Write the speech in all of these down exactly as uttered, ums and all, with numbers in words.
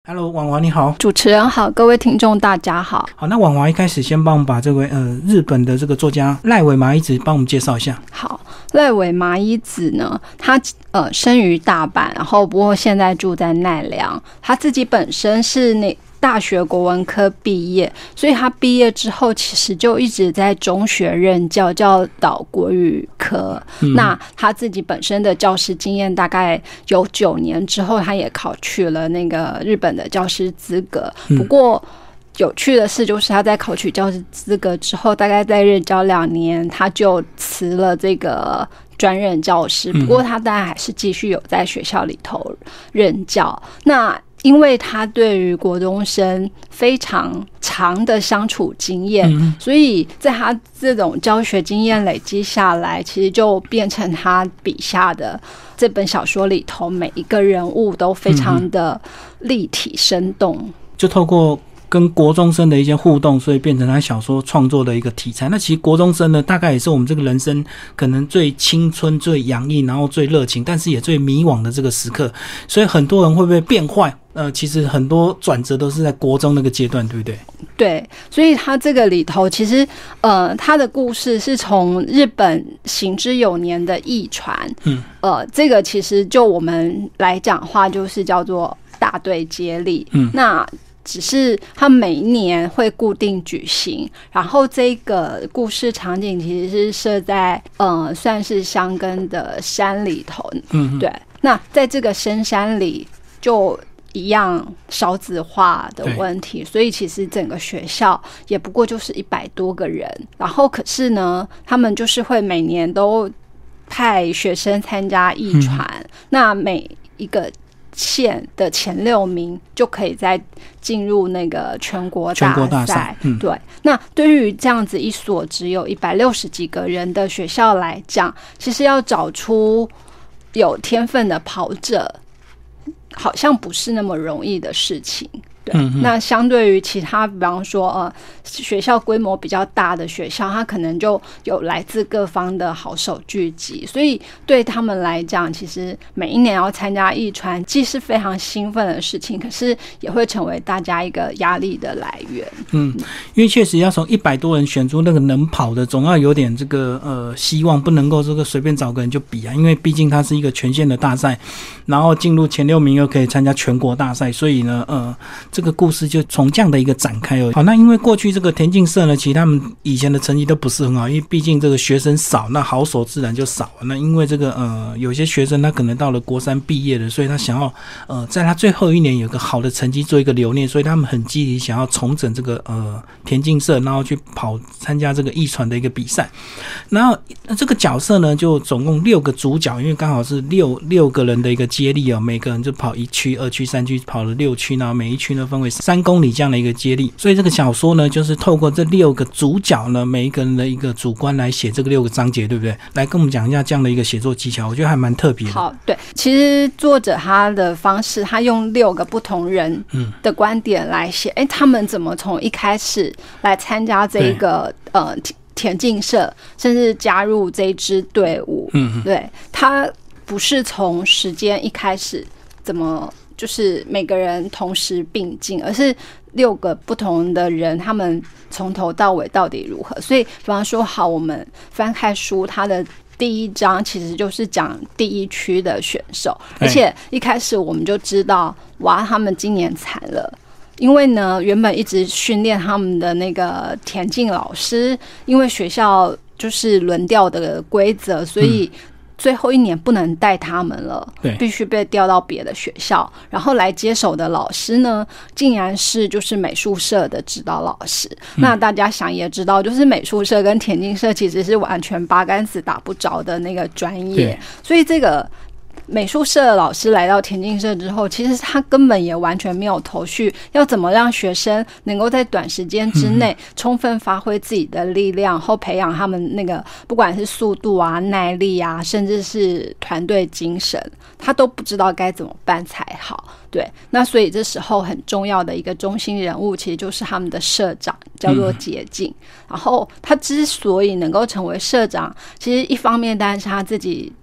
Hello， 婉华你好。 主持人好，各位听众大家好。 好，那婉华一开始先帮我们把这位呃日本的这个作家濑尾麻衣子帮我们介绍一下。 好，濑尾麻衣子呢，他呃生于大阪，然后不过现在住在奈良。他自己本身是那大学国文科毕业，所以他毕业之后其实就一直在中学任教，教导国语科。嗯、那他自己本身的教师经验大概有九年之后，他也考取了那个日本的教师资格。不过有趣的是，就是他在考取教师资格之后，大概在任教两年，他就辞了这个专任教师。不过他当然还是继续有在学校里头任教。那因为他对于国中生非常长的相处经验，嗯、所以在他这种教学经验累积下来，其实就变成他笔下的这本小说里头每一个人物都非常的立体生动， 就透过跟国中生的一些互动，所以变成他小说创作的一个题材。那其实国中生呢，大概也是我们这个人生可能最青春、最洋溢，然后最热情，但是也最迷惘的这个时刻。所以很多人会不会变坏？呃，其实很多转折都是在国中那个阶段，对不对？ 对，所以他这个里头，其实呃，他的故事是从日本行之有年的驿传，嗯，呃，这个其实就我们来讲话，就是叫做大队接力，嗯，那只是它每一年会固定举行，然后这个故事场景其实是设在呃算是箱根的山里头，嗯，对。那在这个深山里，就一样少子化的问题，所以其实整个学校也不过就是一百多个人，然后可是呢，他们就是会每年都派学生参加驿传，嗯、那每一个县的前六名就可以再进入那个全国大赛。全国大赛，嗯，对。那对于这样子一所只有一百六十几个人的学校来讲，其实要找出有天分的跑者，好像不是那么容易的事情。对，嗯、那相对于其他，比方说呃，学校规模比较大的学校，它可能就有来自各方的好手聚集，所以对他们来讲，其实每一年要参加驿传，既是非常兴奋的事情，可是也会成为大家一个压力的来源。 嗯，因为确实要从一百多人选出那个能跑的，总要有点这个呃希望，不能够这个随便找个人就比啊，因为毕竟它是一个全县的大赛，然后进入前六名又可以参加全国大赛，所以呢，呃。这个故事就从这样的一个展开哦。好，那因为过去这个田径社呢，其实他们以前的成绩都不是很好，因为毕竟这个学生少，那好手自然就少了。那因为这个呃，有些学生他可能到了国三毕业了，所以他想要呃，在他最后一年有个好的成绩做一个留念，所以他们很积极想要重整这个呃田径社，然后去跑参加这个驿传的一个比赛。然后这个角色呢，就总共六个主角，因为刚好是六六个人的一个接力哦，每个人就跑一区、二区、三区，跑了六区，然后每一区呢分为三公里这样的一个接力，所以这个小说呢，就是透过这六个主角呢，每一个人的一个主观来写这个六个章节，对不对？来跟我们讲一下这样的一个写作技巧，我觉得还蛮特别的。 好，对，其实作者他的方式，他用六个不同人的观点来写，哎、嗯，他们怎么从一开始来参加这一个呃田径社，甚至加入这一支队伍，嗯，对，他不是从时间一开始怎么。就是每个人同时并进，而是六个不同的人，他们从头到尾到底如何？所以，比方说，好，我们翻开书，它的第一章其实就是讲第一区的选手，而且一开始我们就知道，哇，他们今年惨了。因为呢，原本一直训练他们的那个田径老师，因为学校就是轮调的规则，所以、嗯最后一年不能带他们了，必须被调到别的学校。然后来接手的老师呢，竟然是就是美术社的指导老师。嗯、那大家想也知道，就是美术社跟田径社其实是完全八竿子打不着的那个专业，所以这个。美术社的老师来到田径社之后，其实他根本也完全没有头绪，要怎么让学生能够在短时间之内充分发挥自己的力量，然后培养他们那个不管是速度啊、耐力啊，甚至是团队精神，他都不知道该怎么办才好。对，那所以这时候很重要的一个中心人物，其实就是他们的社长，叫做捷径。嗯、然后他之所以能够成为社长，其实一方面当然是他自己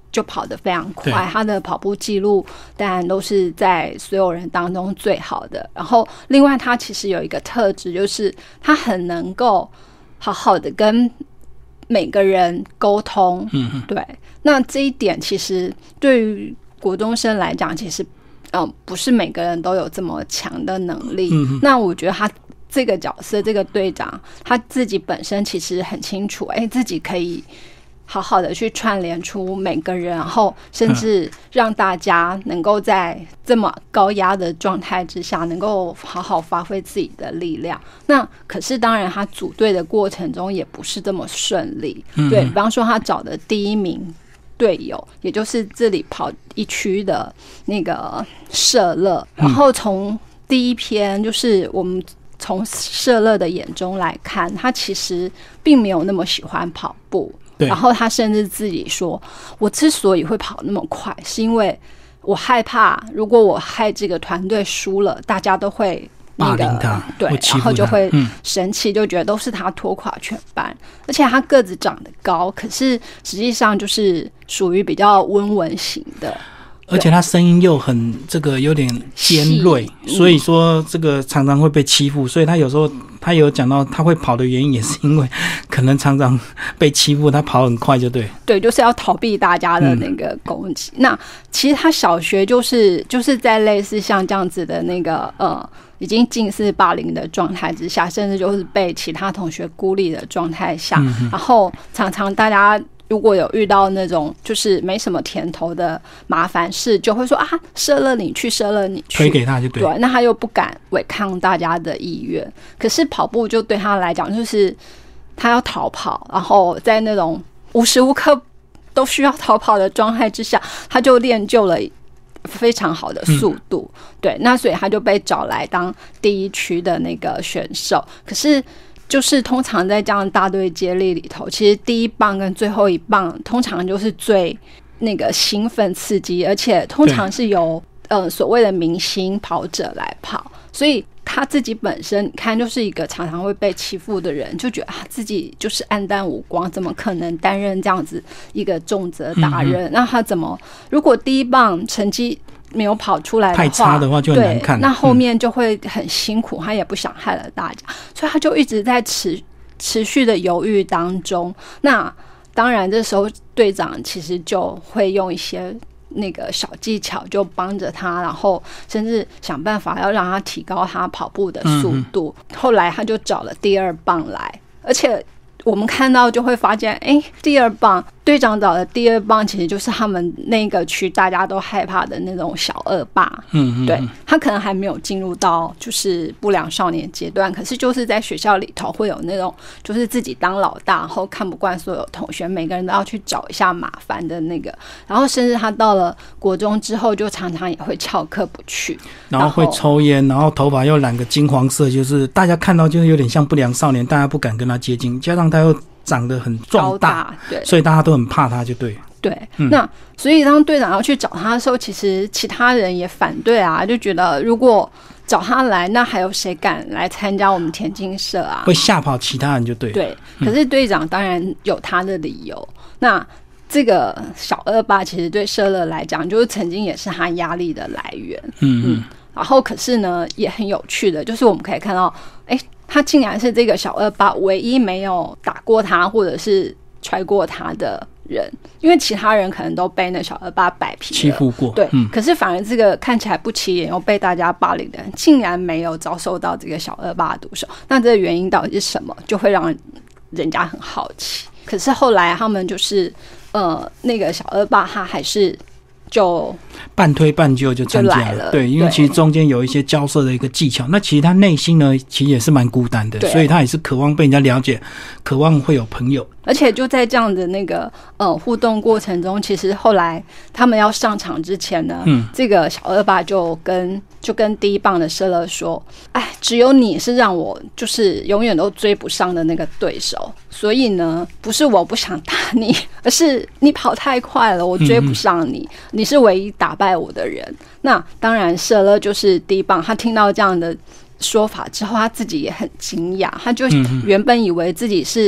就跑得非常快，他的跑步记录当然都是在所有人当中最好的。然后另外他其实有一个特质，就是他很能够好好的跟每个人沟通。嗯，对。那这一点其实对于国中生来讲，其实嗯不是每个人都有这么强的能力。嗯，那我觉得他这个角色，这个队长，他自己本身其实很清楚，哎，自己可以好好的去串联出每个人，然后甚至让大家能够在这么高压的状态之下能够好好发挥自己的力量。那可是当然他组队的过程中也不是这么顺利。嗯、对，比方说他找的第一名队友，也就是这里跑一区的那个社乐，然后从第一篇就是我们从社乐的眼中来看，他其实并没有那么喜欢跑步。然后他甚至自己说，我之所以会跑那么快，是因为我害怕如果我害这个团队输了，大家都会那个霸凌他， 对，然后就会生气、嗯、就觉得都是他拖垮全班。而且他个子长得高，可是实际上就是属于比较温文型的， 而且他声音又很这个有点尖锐，所以说这个常常会被欺负。所以他有时候他有讲到他会跑的原因，也是因为可能常常被欺负，他跑很快就对对，就是要逃避大家的那个攻击。嗯、那其实他小学就是就是在类似像这样子的那个呃已经近似霸凌的状态之下，甚至就是被其他同学孤立的状态下，嗯、然后常常大家如果有遇到那种就是没什么甜头的麻烦事，就会说啊，射了你去，射了你去， 推给他就对。 对，那他又不敢违抗大家的意愿。可是跑步就对他来讲，就是他要逃跑，然后在那种无时无刻都需要逃跑的状态之下，他就练就了非常好的速度。嗯、对，那所以他就被找来当第一区的那个选手。可是就是通常在这样大队接力里头，其实第一棒跟最后一棒通常就是最那个兴奋刺激，而且通常是由呃所谓的明星跑者来跑，所以他自己本身你看就是一个常常会被欺负的人，就觉得啊自己就是黯淡无光，怎么可能担任这样子一个重责大任？嗯、那他怎么如果第一棒成绩没有跑出来的话， 太差的话就很难看， 对，那后面就会很辛苦，嗯、他也不想害了大家，所以他就一直在持持续的犹豫当中。那当然这时候队长其实就会用一些那个小技巧就帮着他，然后甚至想办法要让他提高他跑步的速度。嗯、后来他就找了第二棒来，而且我们看到就会发现，哎，第二棒队长找的第二棒其实就是他们那个区大家都害怕的那种小恶霸。嗯嗯，对，他可能还没有进入到就是不良少年阶段，可是就是在学校里头会有那种就是自己当老大，然后看不惯所有同学，每个人都要去找一下麻烦的那个。然后甚至他到了国中之后，就常常也会翘课不去， 然后会抽烟，然后头发又染个金黄色，就是大家看到就是有点像不良少年，大家不敢跟他接近，加上他又长得很壮大，对，所以大家都很怕他就对了。 对，嗯、那所以当队长要去找他的时候，其实其他人也反对啊，就觉得如果找他来，那还有谁敢来参加我们田径社啊？ 会吓跑其他人就对了。 对，可是队长当然有他的理由。嗯、那这个小恶霸其实对社乐来讲，就是曾经也是他压力的来源。嗯嗯。然后可是呢，也很有趣的，就是我们可以看到，哎，他竟然是这个小恶霸唯一没有打过他或者是踹过他的人，因为其他人可能都被那小恶霸摆皮了欺负过， 对、嗯，可是反而这个看起来不起眼又被大家霸凌的人，竟然没有遭受到这个小恶霸的毒手，那这个原因到底是什么？就会让人家很好奇。可是后来他们就是呃，那个小恶霸他还是就半推半就就参加了，对，因为其实中间有一些交涉的一个技巧。那其实他内心呢，其实也是蛮孤单的，所以他也是渴望被人家了解，渴望会有朋友。 而且就在这样的那个呃互动过程中，其实后来他们要上场之前呢，嗯，这个小恶霸就跟就跟第一棒的社乐说：“哎，只有你是让我就是永远都追不上的那个对手，所以呢，不是我不想打你，而是你跑太快了，我追不上你，嗯、你是唯一打败我的人。”那当然，社乐就是第一棒，他听到这样的说法之后，他自己也很惊讶，他就原本以为自己是。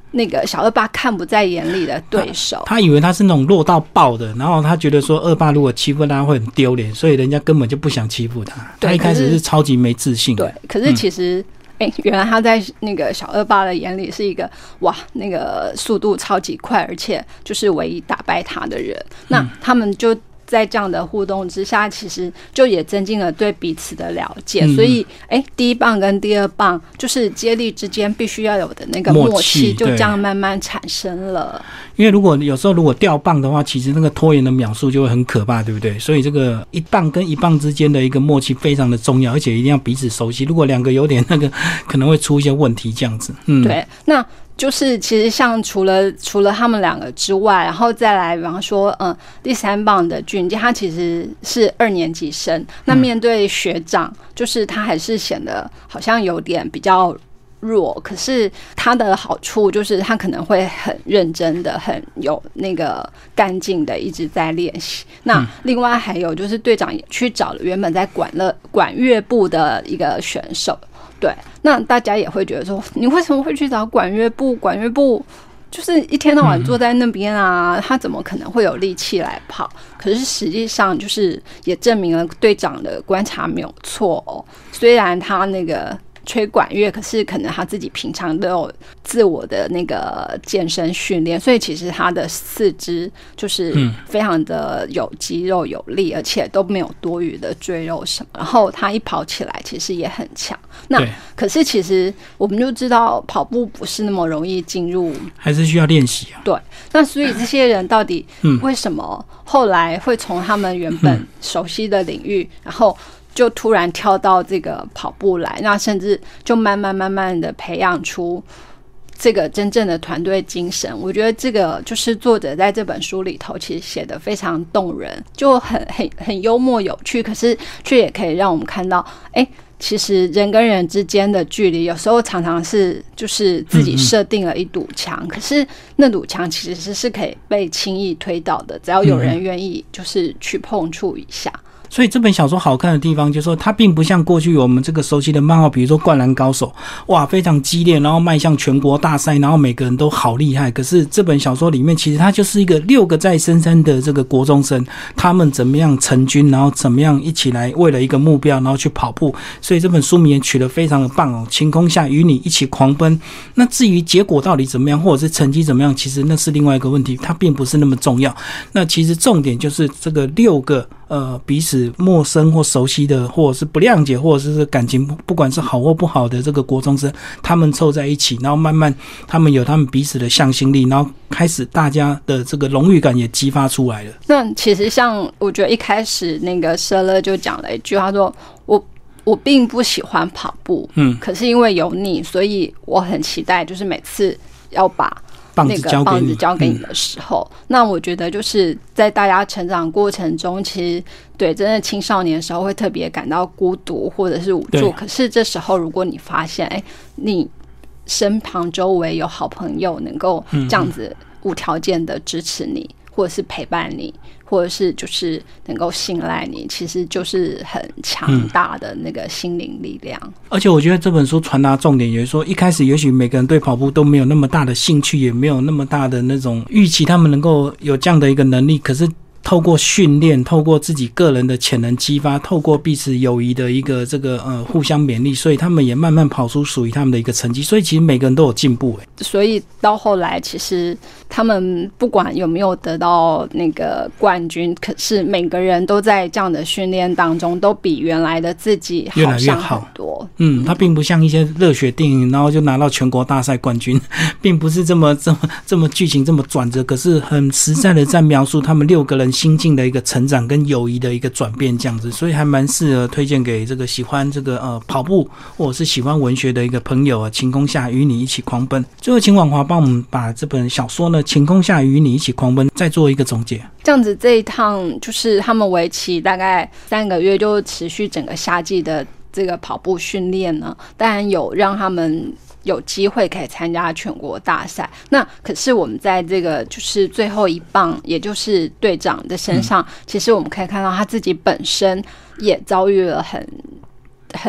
那个小恶霸看不在眼里的对手， 他, 他以为他是那种弱到爆的，然后他觉得说恶霸如果欺负他会很丢脸，所以人家根本就不想欺负他。他一开始是超级没自信的。 对，可是其实。嗯哎，原来他在那个小恶霸的眼里是一个哇，那个速度超级快，而且就是唯一打败他的人。那他们就在这样的互动之下，其实就也增进了对彼此的了解。嗯、所以，哎，第一棒跟第二棒就是接力之间必须要有的那个默契，就这样慢慢产生了。 因为如果有时候如果掉棒的话，其实那个拖延的秒数就会很可怕，对不对？所以这个一棒跟一棒之间的一个默契非常的重要，而且一定要彼此熟悉。如果两个有点那个，可能会出一些问题，这样子。嗯， 对，那。就是其实像除了除了他们两个之外，然后再来比方说嗯第三棒的俊介，他其实是二年级生，那面对学长，就是他还是显得好像有点比较弱，可是他的好处就是他可能会很认真的很有那个干劲的一直在练习。那另外还有就是队长也去找了原本在管乐管乐部的一个选手，对，那大家也会觉得说，你为什么会去找管乐部？管乐部就是一天到晚坐在那边啊，他怎么可能会有力气来跑？可是实际上就是也证明了队长的观察没有错哦。虽然他那个吹管乐，可是可能他自己平常都有自我的那个健身训练，所以其实他的四肢就是非常的有肌肉有力，而且都没有多余的赘肉什么。然后他一跑起来其实也很强。那可是其实我们就知道跑步不是那么容易进入， 还是需要练习啊。 对，那所以这些人到底为什么后来会从他们原本熟悉的领域，然后就突然跳到这个跑步来，那甚至就慢慢慢慢的培养出这个真正的团队精神。我觉得这个就是作者在这本书里头其实写得非常动人，就很很很幽默有趣，可是却也可以让我们看到，哎，其实人跟人之间的距离有时候常常是就是自己设定了一堵墙，嗯嗯，可是那堵墙其实是可以被轻易推倒的，只要有人愿意就是去碰触一下。 所以这本小说好看的地方就是说，它并不像过去我们这个熟悉的漫画，比如说《灌篮高手》，哇，非常激烈，然后迈向全国大赛，然后每个人都好厉害。可是这本小说里面，其实它就是一个六个在深山的这个国中生，他们怎么样成军，然后怎么样一起来为了一个目标，然后去跑步。所以这本书名也取得非常的棒哦，晴空下与你一起狂奔。那至于结果到底怎么样，或者是成绩怎么样，其实那是另外一个问题，它并不是那么重要。那其实重点就是这个六个呃彼此陌生或熟悉的，或者是不谅解，或者是感情不管是好或不好的这个国中生，他们凑在一起，然后慢慢他们有他们彼此的向心力，然后开始大家的这个荣誉感也激发出来了。 那其实像我觉得一开始那个舍勒就讲了一句，他说我我并不喜欢跑步，嗯，可是因为有你，所以我很期待，就是每次要把那个棒子交给你的时候，嗯、那我觉得就是在大家成长过程中，其实对真的青少年的时候会特别感到孤独或者是无助。可是这时候，如果你发现，哎，你身旁周围有好朋友能够这样子无条件的支持你，或者是陪伴你，或者是就是能够信赖你，其实就是很强大的那个心灵力量。嗯、 而且我觉得这本书传达重点也是说，一开始也许每个人对跑步都没有那么大的兴趣，也没有那么大的那种预期，他们能够有这样的一个能力，可是透过训练，透过自己个人的潜能激发，透过彼此友谊的一个这个呃互相勉励，所以他们也慢慢跑出属于他们的一个成绩。所以其实每个人都有进步欸。 所以到后来，其实他们不管有没有得到那个冠军，可是每个人都在这样的训练当中，都比原来的自己好上很多。嗯， 他并不像一些热血电影，然后就拿到全国大赛冠军，并不是这么这么这么剧情这么转折，可是很实在的在描述他们六个人心境的一个成长跟友谊的一个转变这样子，所以还蛮适合推荐给这个喜欢这个呃跑步或者是喜欢文学的一个朋友啊。晴空下与你一起狂奔。最后请婉华帮我们把这本小说呢《晴空下与你一起狂奔》再做一个总结。 这样子这一趟就是他们为期大概三个月，就持续整个夏季的这个跑步训练呢，当然有让他们有机会可以参加全国大赛。那可是我们在这个就是最后一棒，也就是队长的身上，嗯、其实我们可以看到他自己本身也遭遇了很很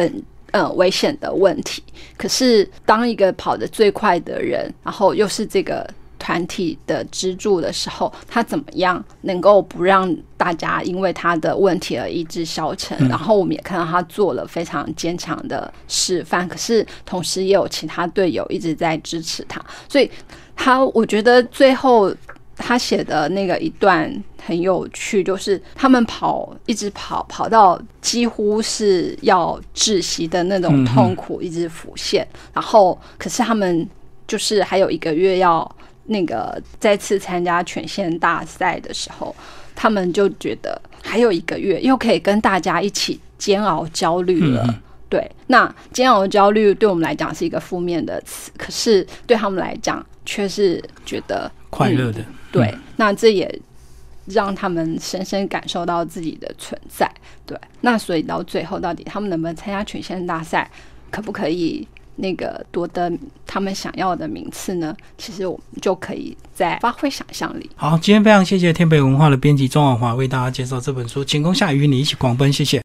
呃危险的问题。可是当一个跑得最快的人，然后又是这个团体的支柱的时候，他怎么样能够不让大家因为他的问题而意志消沉、嗯、然后我们也看到他做了非常坚强的示范，可是同时也有其他队友一直在支持他，所以他我觉得最后他写的那个一段很有趣，就是他们跑一直跑跑到几乎是要窒息的那种痛苦一直浮现、嗯、然后可是他们就是还有一个月要那个再次参加全县大赛的时候，他们就觉得还有一个月又可以跟大家一起煎熬焦虑了、嗯、对，那煎熬焦虑对我们来讲是一个负面的词，可是对他们来讲却是觉得快乐的、嗯、 对，那这也让他们深深感受到自己的存在。对，那所以到最后到底他们能不能参加全县大赛，可不可以那个夺得他们想要的名次呢？其实我们就可以再发挥想象力。 好，今天非常谢谢天北文化的编辑钟婉华为大家介绍这本书《晴空下雨与你一起狂奔》，谢谢。